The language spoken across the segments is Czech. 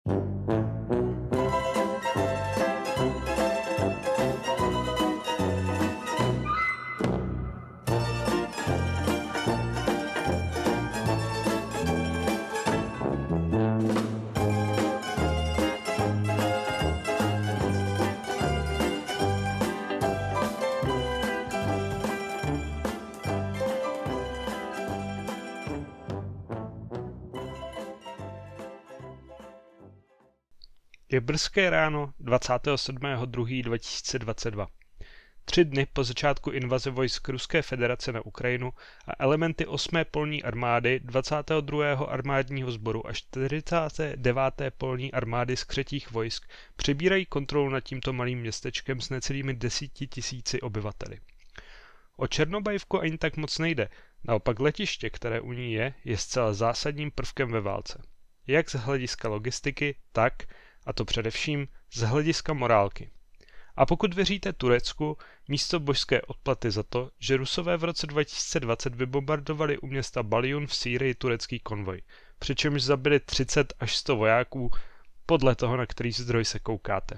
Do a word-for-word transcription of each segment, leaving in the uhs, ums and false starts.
Je brzké ráno dvacátého sedmého druhého dva tisíce dvacet dva. Tři dny po začátku invaze vojsk Ruské federace na Ukrajinu a elementy osmé polní armády, dvacátého druhého armádního sboru a čtyřicáté deváté polní armády z třetích vojsk přebírají kontrolu nad tímto malým městečkem s necelými desíti tisíci obyvateli. O Černobajivku ani tak moc nejde, naopak letiště, které u ní je, je zcela zásadním prvkem ve válce. Jak z hlediska logistiky, tak, a to především, z hlediska morálky. A pokud věříte Turecku, místo božské odplaty za to, že Rusové v roce dva tisíce dvacet vybombardovali u města Baljun v Sýrii turecký konvoj, přičemž zabili třicet až sto vojáků, podle toho, na který zdroj se koukáte.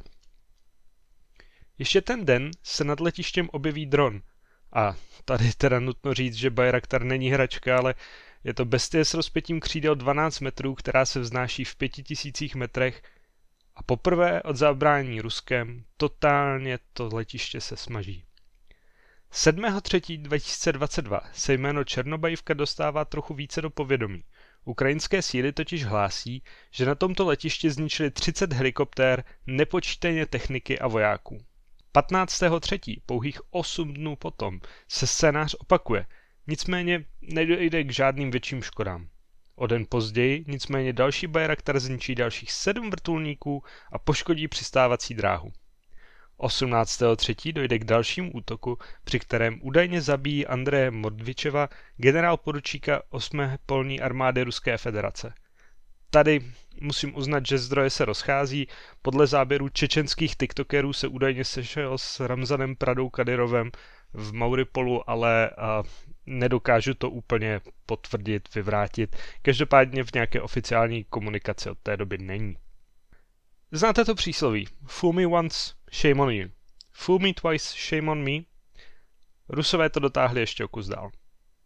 Ještě ten den se nad letištěm objeví dron. A tady teda nutno říct, že Bayraktar není hračka, ale je to bestie s rozpětím křídel dvanáct metrů, která se vznáší v pěti tisících metrech a poprvé od zabránění Ruskem totálně to letiště se smaží. sedmého třetího dva tisíce dvacet dva se jméno Černobajivka dostává trochu více do povědomí. Ukrajinské síly totiž hlásí, že na tomto letišti zničili třicet helikoptér, nepočítaně techniky a vojáků. patnáctého třetího pouhých osm dnů potom, se scénář opakuje, nicméně nedojde k žádným větším škodám. O den později nicméně další Bayraktar zničí dalších sedm vrtulníků a poškodí přistávací dráhu. osmnáctého třetího dojde k dalšímu útoku, při kterém údajně zabíjí Andreje Mordvičeva, generál poručíka osmé polní armády Ruské federace. Tady musím uznat, že zdroje se rozchází. Podle záběrů čečenských tiktokerů se údajně sešel s Ramzanem Pradou Kadyrovem v Mauripolu, ale a, nedokážu to úplně potvrdit, vyvrátit. Každopádně v nějaké oficiální komunikaci od té doby není. Znáte to přísloví? Fool me once, shame on you. Fool me twice, shame on me. Rusové to dotáhli ještě o kus dál.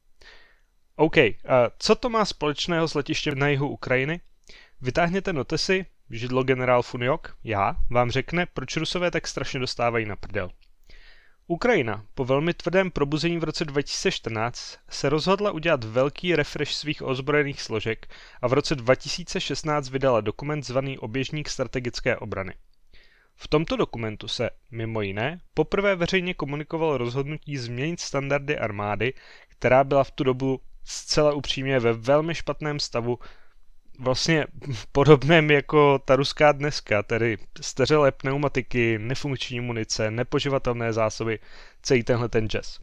OK, a co to má společného s letištěm na jihu Ukrajiny? Vytáhněte notesy, židlo generál Funiok, já, vám řekne, proč Rusové tak strašně dostávají na prdel. Ukrajina po velmi tvrdém probuzení v roce dva tisíce čtrnáct se rozhodla udělat velký refresh svých ozbrojených složek a v roce dva tisíce šestnáct vydala dokument zvaný Oběžník strategické obrany. V tomto dokumentu se, mimo jiné, poprvé veřejně komunikovalo rozhodnutí změnit standardy armády, která byla v tu dobu zcela upřímně ve velmi špatném stavu, vlastně podobném jako ta ruská dneska, tedy steřelé pneumatiky, nefunkční munice, nepoživatelné zásoby, celý tenhle ten jazz.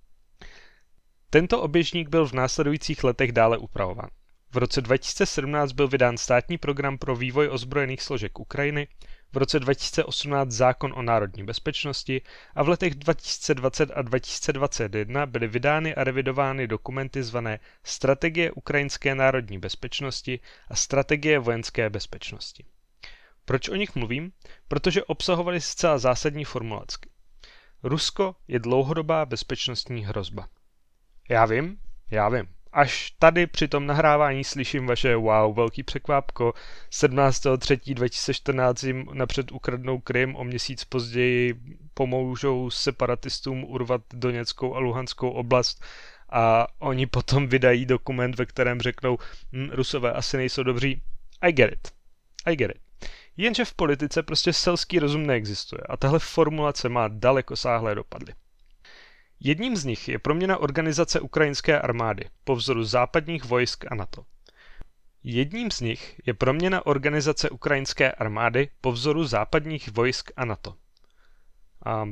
Tento oběžník byl v následujících letech dále upravován. V roce dva tisíce sedmnáct byl vydán státní program pro vývoj ozbrojených složek Ukrajiny, v roce dva tisíce osmnáct zákon o národní bezpečnosti a v letech dva tisíce dvacet a dva tisíce dvacet jedna byly vydány a revidovány dokumenty zvané Strategie ukrajinské národní bezpečnosti a Strategie vojenské bezpečnosti. Proč o nich mluvím? Protože obsahovaly zcela zásadní formulacky. Rusko je dlouhodobá bezpečnostní hrozba. Já vím, já vím. Až tady při tom nahrávání slyším vaše wow, velký překvápko, sedmnáctého třetího dva tisíce čtrnáct jim napřed ukradnou Krym, o měsíc později pomůžou separatistům urvat Doněckou a Luhanskou oblast a oni potom vydají dokument, ve kterém řeknou, hm, Rusové asi nejsou dobří. I get it. I get it. Jenže v politice prostě selský rozum neexistuje a tahle formulace má dalekosáhlé dopady. Jedním z nich je proměna organizace ukrajinské armády po vzoru západních vojsk a NATO. Jedním z nich je proměna organizace ukrajinské armády po vzoru západních vojsk a NATO. A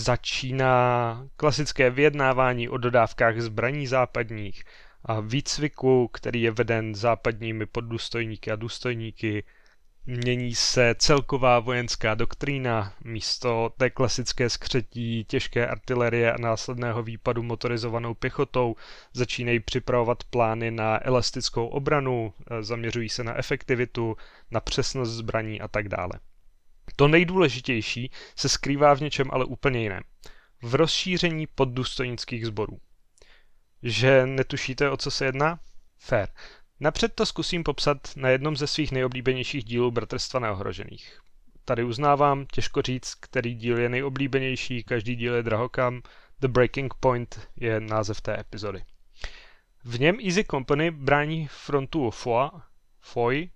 začíná klasické vyjednávání o dodávkách zbraní západních a výcviku, který je veden západními poddůstojníky a důstojníky. Mění se celková vojenská doktrína, místo té klasické skřetí těžké artilerie a následného výpadu motorizovanou pěchotou začínají připravovat plány na elastickou obranu, zaměřují se na efektivitu, na přesnost zbraní a tak dále. To nejdůležitější se skrývá v něčem ale úplně jiném. V rozšíření poddůstojnických sborů. Že netušíte, o co se jedná? Fair. Napřed to zkusím popsat na jednom ze svých nejoblíbenějších dílů Bratrstva neohrožených. Tady uznávám, těžko říct, který díl je nejoblíbenější, každý díl je drahokam. The Breaking Point je název té epizody. V něm Easy Company brání frontu Foy, Foy,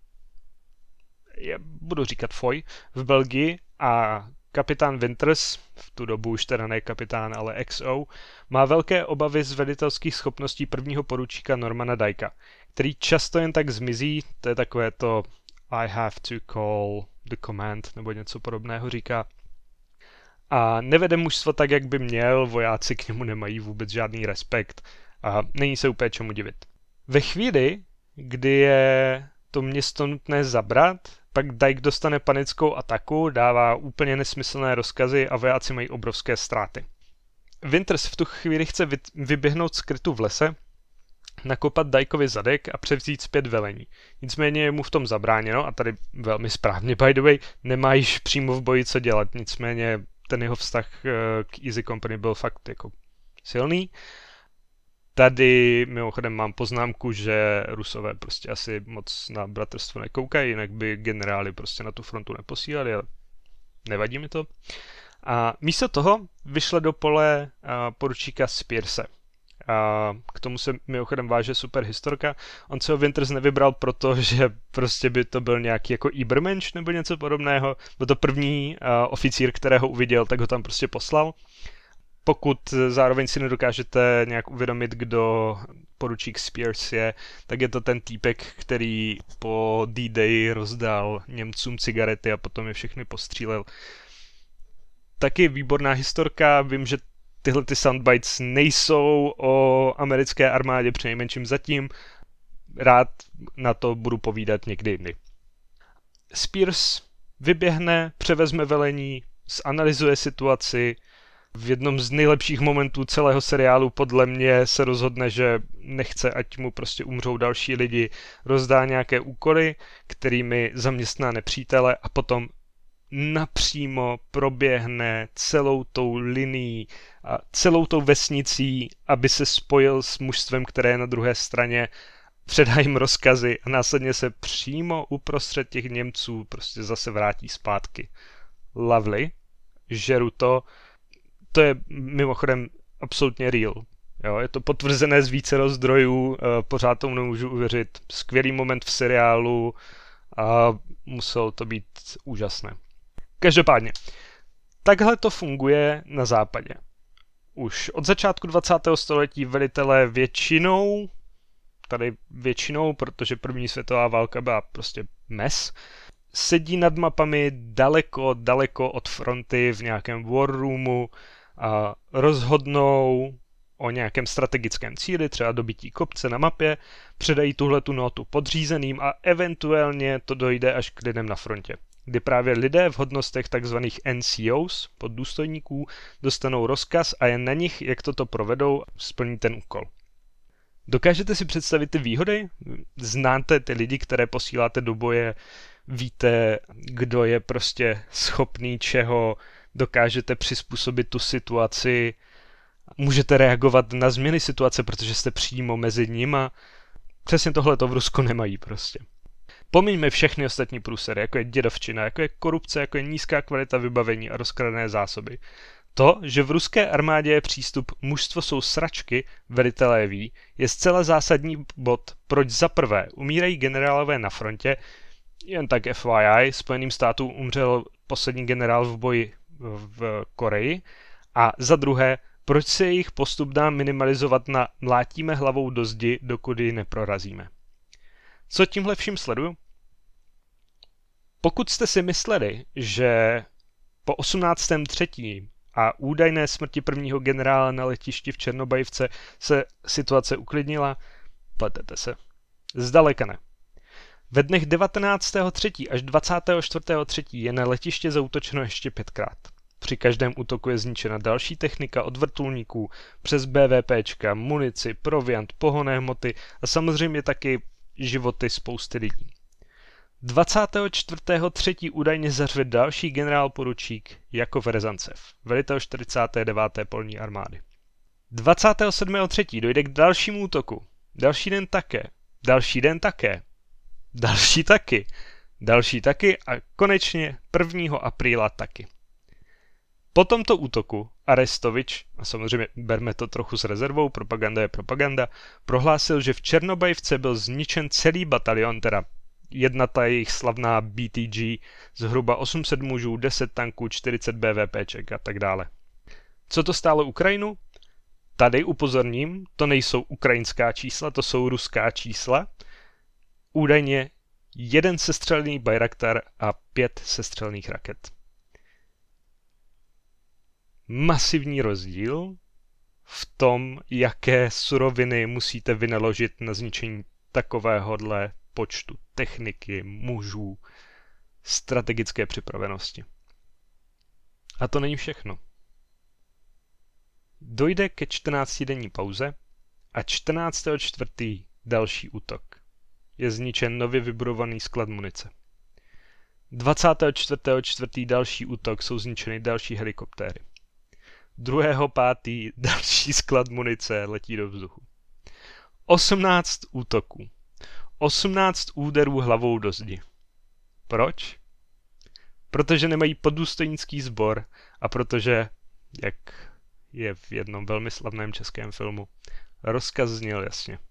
já budu říkat Foy, v Belgii a kapitán Winters, v tu dobu už teda ne kapitán, ale X O, má velké obavy z velitelských schopností prvního poručíka Normana Dykea, který často jen tak zmizí, to je takové to I have to call the command, nebo něco podobného říká. A nevede mužstvo tak, jak by měl, vojáci k němu nemají vůbec žádný respekt a není se úplně čemu divit. Ve chvíli, kdy je to město nutné zabrat, pak Dyke dostane panickou ataku, dává úplně nesmyslné rozkazy a vojáci mají obrovské ztráty. Winters v tu chvíli chce vyběhnout z krytu v lese, nakopat Dykeovi zadek a převzít zpět velení. Nicméně je mu v tom zabráněno a tady velmi správně, by the way, nemá již přímo v boji co dělat, nicméně ten jeho vztah k Easy Company byl fakt jako silný. Tady mimochodem mám poznámku, že Rusové prostě asi moc na bratrstvo nekoukají, jinak by generály prostě na tu frontu neposílali, ale nevadí mi to. A místo toho vyšle do pole poručíka Spearse. A k tomu se mimochodem váže super historka. On se ho Winters nevybral proto, že prostě by to byl nějaký jako Ibermensch nebo něco podobného. Byl to první uh, oficír, kterého uviděl, tak ho tam prostě poslal. Pokud zároveň si nedokážete nějak uvědomit, kdo poručík Spears je, tak je to ten týpek, který po D-Day rozdal Němcům cigarety a potom je všechny postřílel. Taky výborná historka, vím, že tyhle ty soundbites nejsou o americké armádě, přinejmenším zatím. Rád na to budu povídat někdy jindy. Spears vyběhne, převezme velení, zanalyzuje situaci. V jednom z nejlepších momentů celého seriálu podle mě se rozhodne, že nechce, ať mu prostě umřou další lidi, rozdá nějaké úkoly, kterými zaměstná nepřítele a potom napřímo proběhne celou tou linií a celou tou vesnicí, aby se spojil s mužstvem, které je na druhé straně, předá jim rozkazy a následně se přímo uprostřed těch Němců prostě zase vrátí zpátky. Lovely, žeru to, to je mimochodem absolutně real. Jo, je to potvrzené z více zdrojů, pořád tomu nemůžu uvěřit. Skvělý moment v seriálu a muselo to být úžasné. Každopádně, takhle to funguje na západě. Už od začátku dvacátého století velitelé většinou, tady většinou, protože první světová válka byla prostě mes, sedí nad mapami daleko, daleko od fronty v nějakém war roomu a rozhodnou o nějakém strategickém cíli, třeba dobytí kopce na mapě, předají tuhletu notu podřízeným a eventuálně to dojde až k lidem na frontě, kdy právě lidé v hodnostech tzv. N C Os, poddůstojníků, dostanou rozkaz a je na nich, jak toto provedou, splní ten úkol. Dokážete si představit ty výhody? Znáte ty lidi, které posíláte do boje, víte, kdo je prostě schopný čeho, dokážete přizpůsobit tu situaci, můžete reagovat na změny situace, protože jste přímo mezi nima. Přesně tohle to v Rusku nemají prostě. Pomiňme všechny ostatní průsery, jako je dědovčina, jako je korupce, jako je nízká kvalita vybavení a rozkradené zásoby. To, že v ruské armádě je přístup mužstvo jsou sračky, velitelé ví, je zcela zásadní bod, proč za prvé umírají generálové na frontě, jen tak F Y I, Spojeným státům umřel poslední generál v boji v Koreji, a za druhé, proč se jejich postup dá minimalizovat na mlátíme hlavou do zdi, dokud ji neprorazíme. Co tímhle vším sleduju? Pokud jste si mysleli, že po osmnáctého třetího a údajné smrti prvního generála na letišti v Černobajivce se situace uklidnila, pletete se. Zdaleka ne. Ve dnech devatenáctého třetího až dvacátého čtvrtého třetího je na letiště zaútočeno ještě pětkrát. Při každém útoku je zničena další technika od vrtulníků přes BVPčka, munici, proviant, pohonné hmoty a samozřejmě taky životy spousty lidí. dvacátého čtvrtého třetího údajně zařve další generál poručík Jakov Rezancev, velitel čtyřicáté deváté polní armády. dvacátého sedmého třetího dojde k dalšímu útoku. Další den také. Další den také. Další taky. Další taky a konečně prvního apríla taky. Po tomto útoku Arestovič, a samozřejmě berme to trochu s rezervou, propaganda je propaganda, prohlásil, že v Černobajvce byl zničen celý batalion, teda jedna ta jejich slavná B T G, zhruba osm set mužů, deset tanků, čtyřicet BVPček a tak dále. Co to stálo Ukrajinu? Tady upozorním, to nejsou ukrajinská čísla, to jsou ruská čísla. Údajně jeden sestřelený Bayraktar a pět sestřelených raket. Masivní rozdíl v tom, jaké suroviny musíte vynaložit na zničení takovéhodle počtu techniky, mužů, strategické připravenosti. A to není všechno. Dojde ke čtrnáctidenní pauze a čtrnáctého čtvrtého další útok. Je zničen nově vybudovaný sklad munice. dvacátého čtvrtého čtvrtého další útok, jsou zničeny další helikoptéry. druhého pátého další sklad munice letí do vzduchu. osmnáct útoků. osmnáct úderů hlavou do zdi. Proč? Protože nemají poddůstojnický sbor a protože, jak je v jednom velmi slavném českém filmu, rozkaz zněl jasně.